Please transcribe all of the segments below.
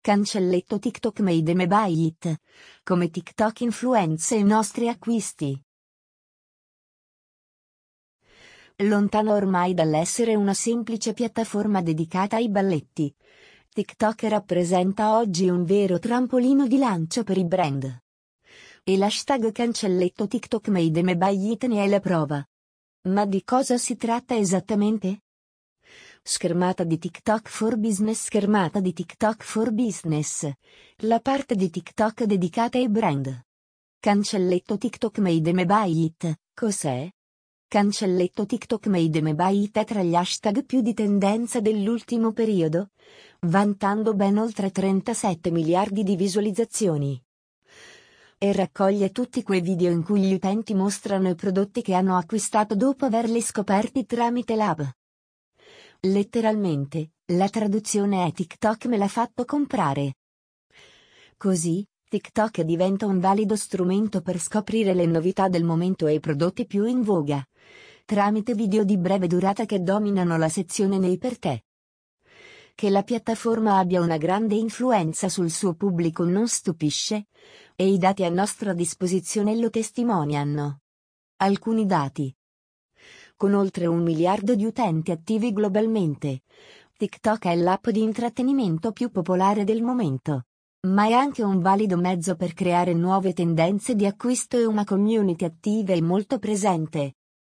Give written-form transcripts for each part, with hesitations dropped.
Cancelletto TikTok Made Me Buy It. Come TikTok influenza i nostri acquisti. Lontano ormai dall'essere una semplice piattaforma dedicata ai balletti, TikTok rappresenta oggi un vero trampolino di lancio per i brand. E l'hashtag cancelletto TikTok Made Me Buy It ne è la prova. Ma di cosa si tratta esattamente? Schermata di TikTok for Business. Schermata di TikTok for Business. La parte di TikTok dedicata ai brand. Cancelletto TikTok Made Me Buy It. Cos'è? Cancelletto TikTok Made Me Buy It è tra gli hashtag più di tendenza dell'ultimo periodo, vantando ben oltre 37 miliardi di visualizzazioni. E raccoglie tutti quei video in cui gli utenti mostrano i prodotti che hanno acquistato dopo averli scoperti tramite l'app. Letteralmente, la traduzione è TikTok me l'ha fatto comprare. Così, TikTok diventa un valido strumento per scoprire le novità del momento e i prodotti più in voga, tramite video di breve durata che dominano la sezione nei per te. Che la piattaforma abbia una grande influenza sul suo pubblico non stupisce, e i dati a nostra disposizione lo testimoniano. Alcuni dati. Con oltre 1 miliardo di utenti attivi globalmente, TikTok è l'app di intrattenimento più popolare del momento. Ma è anche un valido mezzo per creare nuove tendenze di acquisto e una community attiva e molto presente.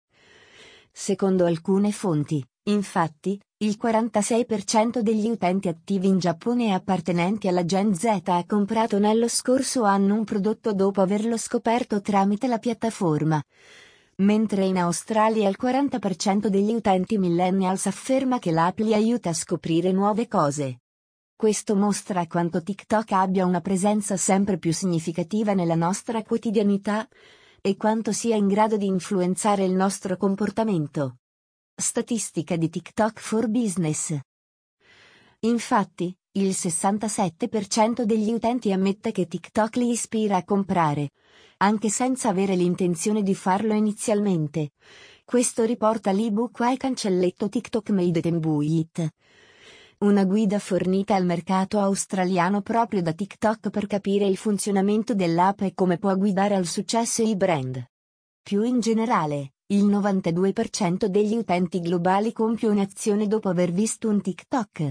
Secondo alcune fonti, infatti, il 46% degli utenti attivi in Giappone e appartenenti alla Gen Z ha comprato nello scorso anno un prodotto dopo averlo scoperto tramite la piattaforma, mentre in Australia il 40% degli utenti millennials afferma che l'app li aiuta a scoprire nuove cose. Questo mostra quanto TikTok abbia una presenza sempre più significativa nella nostra quotidianità, e quanto sia in grado di influenzare il nostro comportamento. Statistica di TikTok for Business. Infatti, il 67% degli utenti ammette che TikTok li ispira a comprare, anche senza avere l'intenzione di farlo inizialmente. Questo riporta l'ebook Why Cancelletto TikTok Made Me Buy It. Una guida fornita al mercato australiano proprio da TikTok per capire il funzionamento dell'app e come può guidare al successo i brand. Più in generale, il 92% degli utenti globali compie un'azione dopo aver visto un TikTok.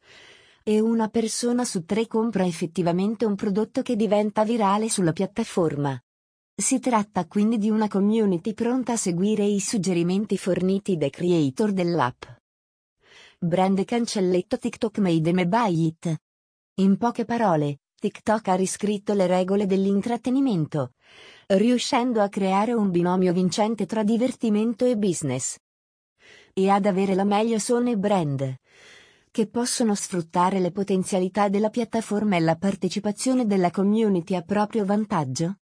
E una persona su 3 compra effettivamente un prodotto che diventa virale sulla piattaforma. Si tratta quindi di una community pronta a seguire i suggerimenti forniti dai creator dell'app. Brand cancelletto TikTok Made Me Buy It. In poche parole, TikTok ha riscritto le regole dell'intrattenimento, riuscendo a creare un binomio vincente tra divertimento e business. E ad avere la meglio sono i brand, che possono sfruttare le potenzialità della piattaforma e la partecipazione della community a proprio vantaggio.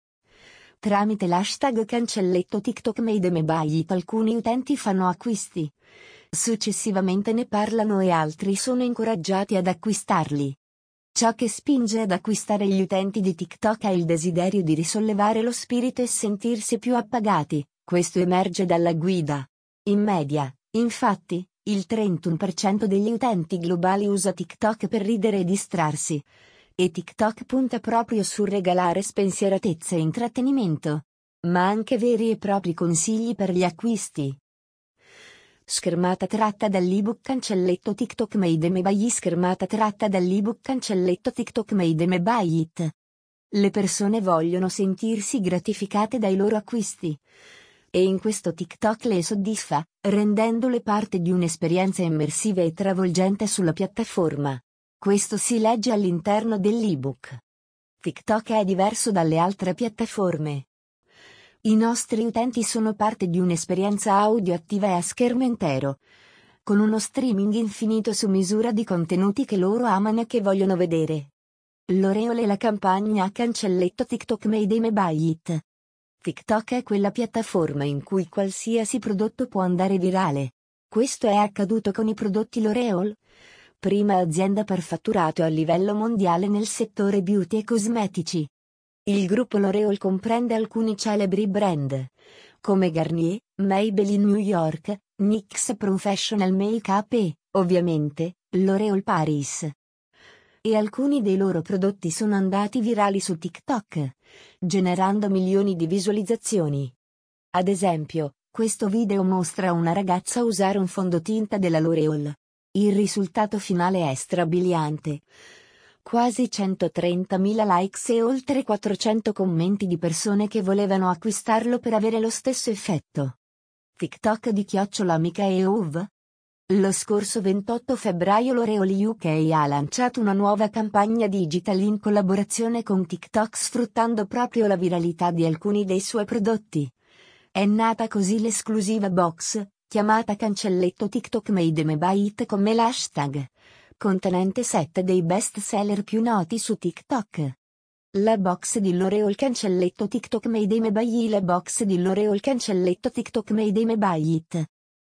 Tramite l'hashtag cancelletto TikTok Made Me Buy It alcuni utenti fanno acquisti. Successivamente ne parlano e altri sono incoraggiati ad acquistarli. Ciò che spinge ad acquistare gli utenti di TikTok è il desiderio di risollevare lo spirito e sentirsi più appagati, questo emerge dalla guida. In media, infatti, il 31% degli utenti globali usa TikTok per ridere e distrarsi. E TikTok punta proprio su regalare spensieratezza e intrattenimento, ma anche veri e propri consigli per gli acquisti. Schermata tratta dall'ebook Cancelletto TikTok Made Me Buy It. Schermata tratta dall'ebook Cancelletto TikTok Made Me Buy It. Le persone vogliono sentirsi gratificate dai loro acquisti. E in questo TikTok le soddisfa, rendendole parte di un'esperienza immersiva e travolgente sulla piattaforma. Questo si legge all'interno dell'ebook. TikTok è diverso dalle altre piattaforme. I nostri utenti sono parte di un'esperienza audio attiva e a schermo intero, con uno streaming infinito su misura di contenuti che loro amano e che vogliono vedere. L'Oreal e la campagna Cancelletto TikTok Made Me Buy It. TikTok è quella piattaforma in cui qualsiasi prodotto può andare virale. Questo è accaduto con i prodotti L'Oreal, prima azienda per fatturato a livello mondiale nel settore beauty e cosmetici. Il gruppo L'Oreal comprende alcuni celebri brand, come Garnier, Maybelline New York, NYX Professional Makeup e, ovviamente, L'Oreal Paris. e alcuni dei loro prodotti sono andati virali su TikTok, generando milioni di visualizzazioni. Ad esempio, questo video mostra una ragazza usare un fondotinta della L'Oréal. Il risultato finale è strabiliante. Quasi 130.000 likes e oltre 400 commenti di persone che volevano acquistarlo per avere lo stesso effetto. TikTok di @Micaeov. Lo scorso 28 febbraio L'Oréal UK ha lanciato una nuova campagna digital in collaborazione con TikTok sfruttando proprio la viralità di alcuni dei suoi prodotti. È nata così l'esclusiva box, chiamata Cancelletto TikTok Made Me By It come l'hashtag, contenente 7 dei best seller più noti su TikTok. La box di L'Oréal Cancelletto TikTok Made Me By It. La box di L'Oréal Cancelletto TikTok Made Me By It.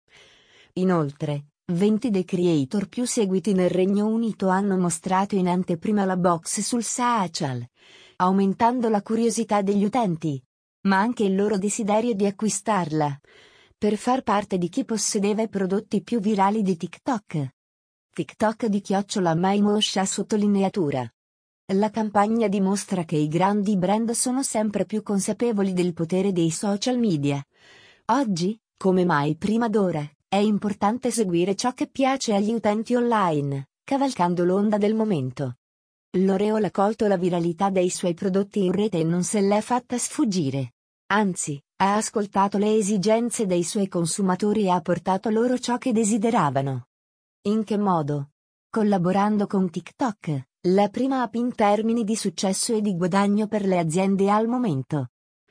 Inoltre, 20 dei creator più seguiti nel Regno Unito hanno mostrato in anteprima la box sul social, aumentando la curiosità degli utenti, ma anche il loro desiderio di acquistarla, per far parte di chi possedeva i prodotti più virali di TikTok. TikTok di @MyMosha sottolineatura. La campagna dimostra che i grandi brand sono sempre più consapevoli del potere dei social media. Oggi, come mai prima d'ora, è importante seguire ciò che piace agli utenti online, cavalcando l'onda del momento. L'Oréal ha colto la viralità dei suoi prodotti in rete e non se l'è fatta sfuggire. Anzi, ha ascoltato le esigenze dei suoi consumatori e ha portato loro ciò che desideravano. In che modo? Collaborando con TikTok, la prima app in termini di successo e di guadagno per le aziende al momento.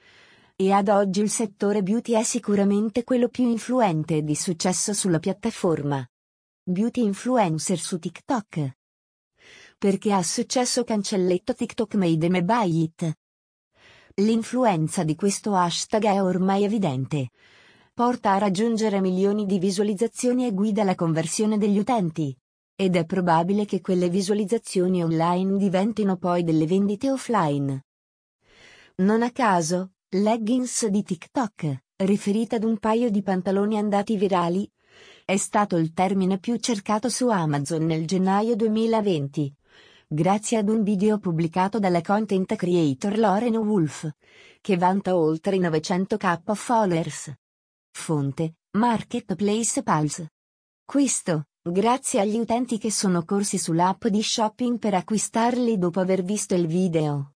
E ad oggi il settore beauty è sicuramente quello più influente e di successo sulla piattaforma. Beauty influencer su TikTok. Perché ha successo Cancelletto TikTok Made Me By It? L'influenza di questo hashtag è ormai evidente. Porta a raggiungere milioni di visualizzazioni e guida la conversione degli utenti. Ed è probabile che quelle visualizzazioni online diventino poi delle vendite offline. Non a caso, leggings di TikTok, riferita ad un paio di pantaloni andati virali, è stato il termine più cercato su Amazon nel gennaio 2020, grazie ad un video pubblicato dalla content creator Lauren Wolf, che vanta oltre i 900.000 followers. Fonte: Marketplace Pulse. Questo, grazie agli utenti che sono corsi sull'app di shopping per acquistarli dopo aver visto il video.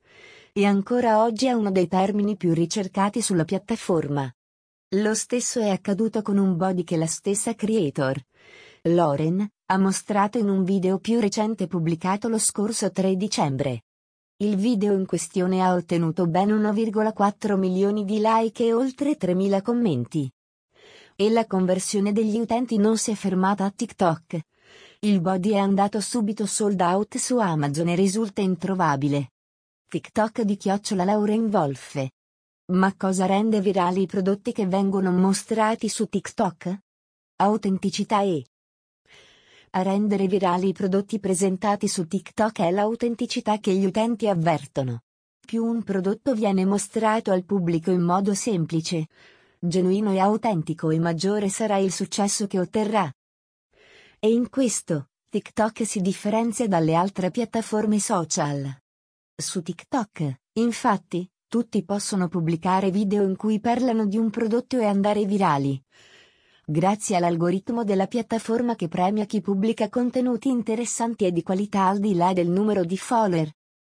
E ancora oggi è uno dei termini più ricercati sulla piattaforma. Lo stesso è accaduto con un body che la stessa creator, Lauren, ha mostrato in un video più recente pubblicato lo scorso 3 dicembre. Il video in questione ha ottenuto ben 1,4 milioni di like e oltre 3.000 commenti. E la conversione degli utenti non si è fermata a TikTok. Il body è andato subito sold out su Amazon e risulta introvabile. TikTok di @Lauren Wolf. Ma cosa rende virali i prodotti che vengono mostrati su TikTok? Autenticità e a rendere virali i prodotti presentati su TikTok è l'autenticità che gli utenti avvertono. Più un prodotto viene mostrato al pubblico in modo semplice, genuino e autentico e maggiore sarà il successo che otterrà. E in questo, TikTok si differenzia dalle altre piattaforme social. Su TikTok, infatti, tutti possono pubblicare video in cui parlano di un prodotto e andare virali. Grazie all'algoritmo della piattaforma che premia chi pubblica contenuti interessanti e di qualità al di là del numero di follower.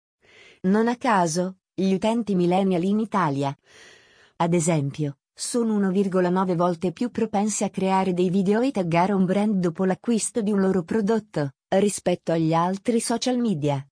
Non a caso, gli utenti millennial in Italia, ad esempio, sono 1,9 volte più propensi a creare dei video e taggare un brand dopo l'acquisto di un loro prodotto, rispetto agli altri social media.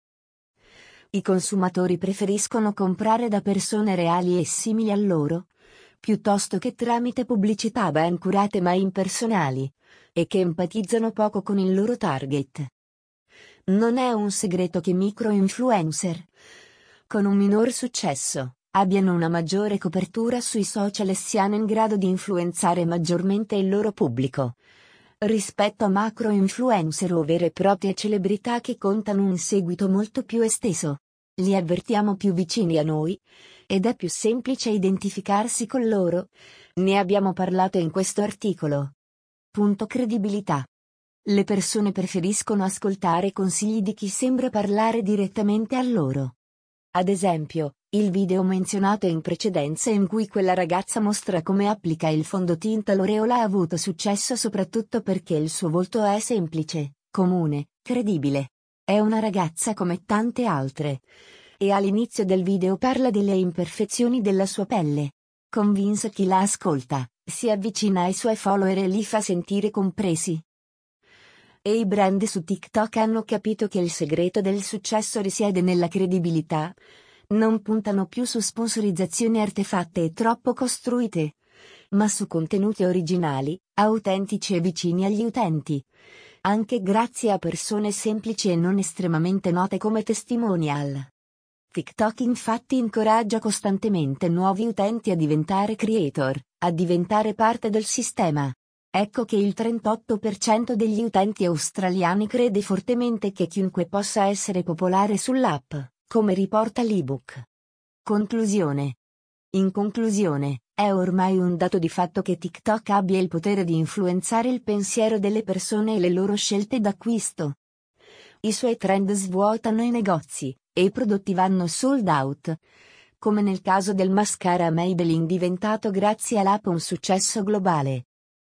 I consumatori preferiscono comprare da persone reali e simili a loro, piuttosto che tramite pubblicità ben curate ma impersonali, e che empatizzano poco con il loro target. Non è un segreto che micro-influencer, con un minor successo, abbiano una maggiore copertura sui social e siano in grado di influenzare maggiormente il loro pubblico, rispetto a macro-influencer o vere e proprie celebrità che contano un seguito molto più esteso. Li avvertiamo più vicini a noi, ed è più semplice identificarsi con loro. Ne abbiamo parlato in questo articolo. Credibilità. Le persone preferiscono ascoltare consigli di chi sembra parlare direttamente a loro. Ad esempio, il video menzionato in precedenza in cui quella ragazza mostra come applica il fondotinta L'Oreal ha avuto successo soprattutto perché il suo volto è semplice, comune, credibile. È una ragazza come tante altre. E all'inizio del video parla delle imperfezioni della sua pelle. Convince chi la ascolta, si avvicina ai suoi follower e li fa sentire compresi. E i brand su TikTok hanno capito che il segreto del successo risiede nella credibilità. Non puntano più su sponsorizzazioni artefatte e troppo costruite, ma su contenuti originali, autentici e vicini agli utenti. Anche grazie a persone semplici e non estremamente note come testimonial. TikTok infatti incoraggia costantemente nuovi utenti a diventare creator, a diventare parte del sistema. Ecco che il 38% degli utenti australiani crede fortemente che chiunque possa essere popolare sull'app, come riporta l'ebook. Conclusione. In conclusione, è ormai un dato di fatto che TikTok abbia il potere di influenzare il pensiero delle persone e le loro scelte d'acquisto. I suoi trend svuotano i negozi, e i prodotti vanno sold out. Come nel caso del mascara Maybelline diventato grazie all'app un successo globale.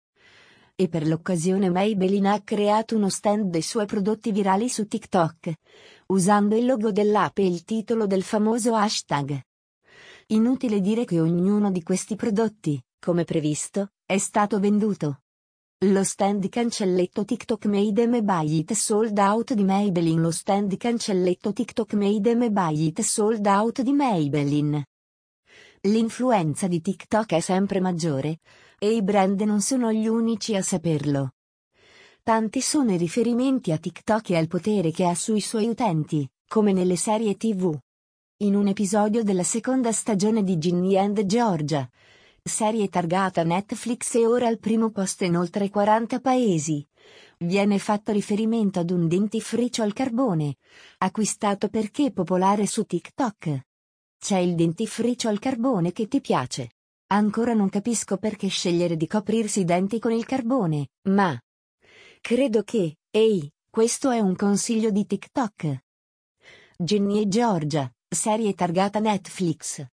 E per l'occasione Maybelline ha creato uno stand dei suoi prodotti virali su TikTok, usando il logo dell'app e il titolo del famoso hashtag. Inutile dire che ognuno di questi prodotti, come previsto, è stato venduto. Lo stand cancelletto TikTok Made Me Buy It sold out di Maybelline. Lo stand cancelletto TikTok Made Me Buy It sold out di Maybelline. L'influenza di TikTok è sempre maggiore, e i brand non sono gli unici a saperlo. Tanti sono i riferimenti a TikTok e al potere che ha sui suoi utenti, come nelle serie TV. In un episodio della seconda stagione di Ginny and Georgia, serie targata Netflix e ora al primo posto in oltre 40 paesi, viene fatto riferimento ad un dentifricio al carbone, acquistato perché popolare su TikTok. C'è il dentifricio al carbone che ti piace. Ancora non capisco perché scegliere di coprirsi i denti con il carbone, ma credo che, ehi, questo è un consiglio di TikTok. Ginny e Georgia, serie targata Netflix.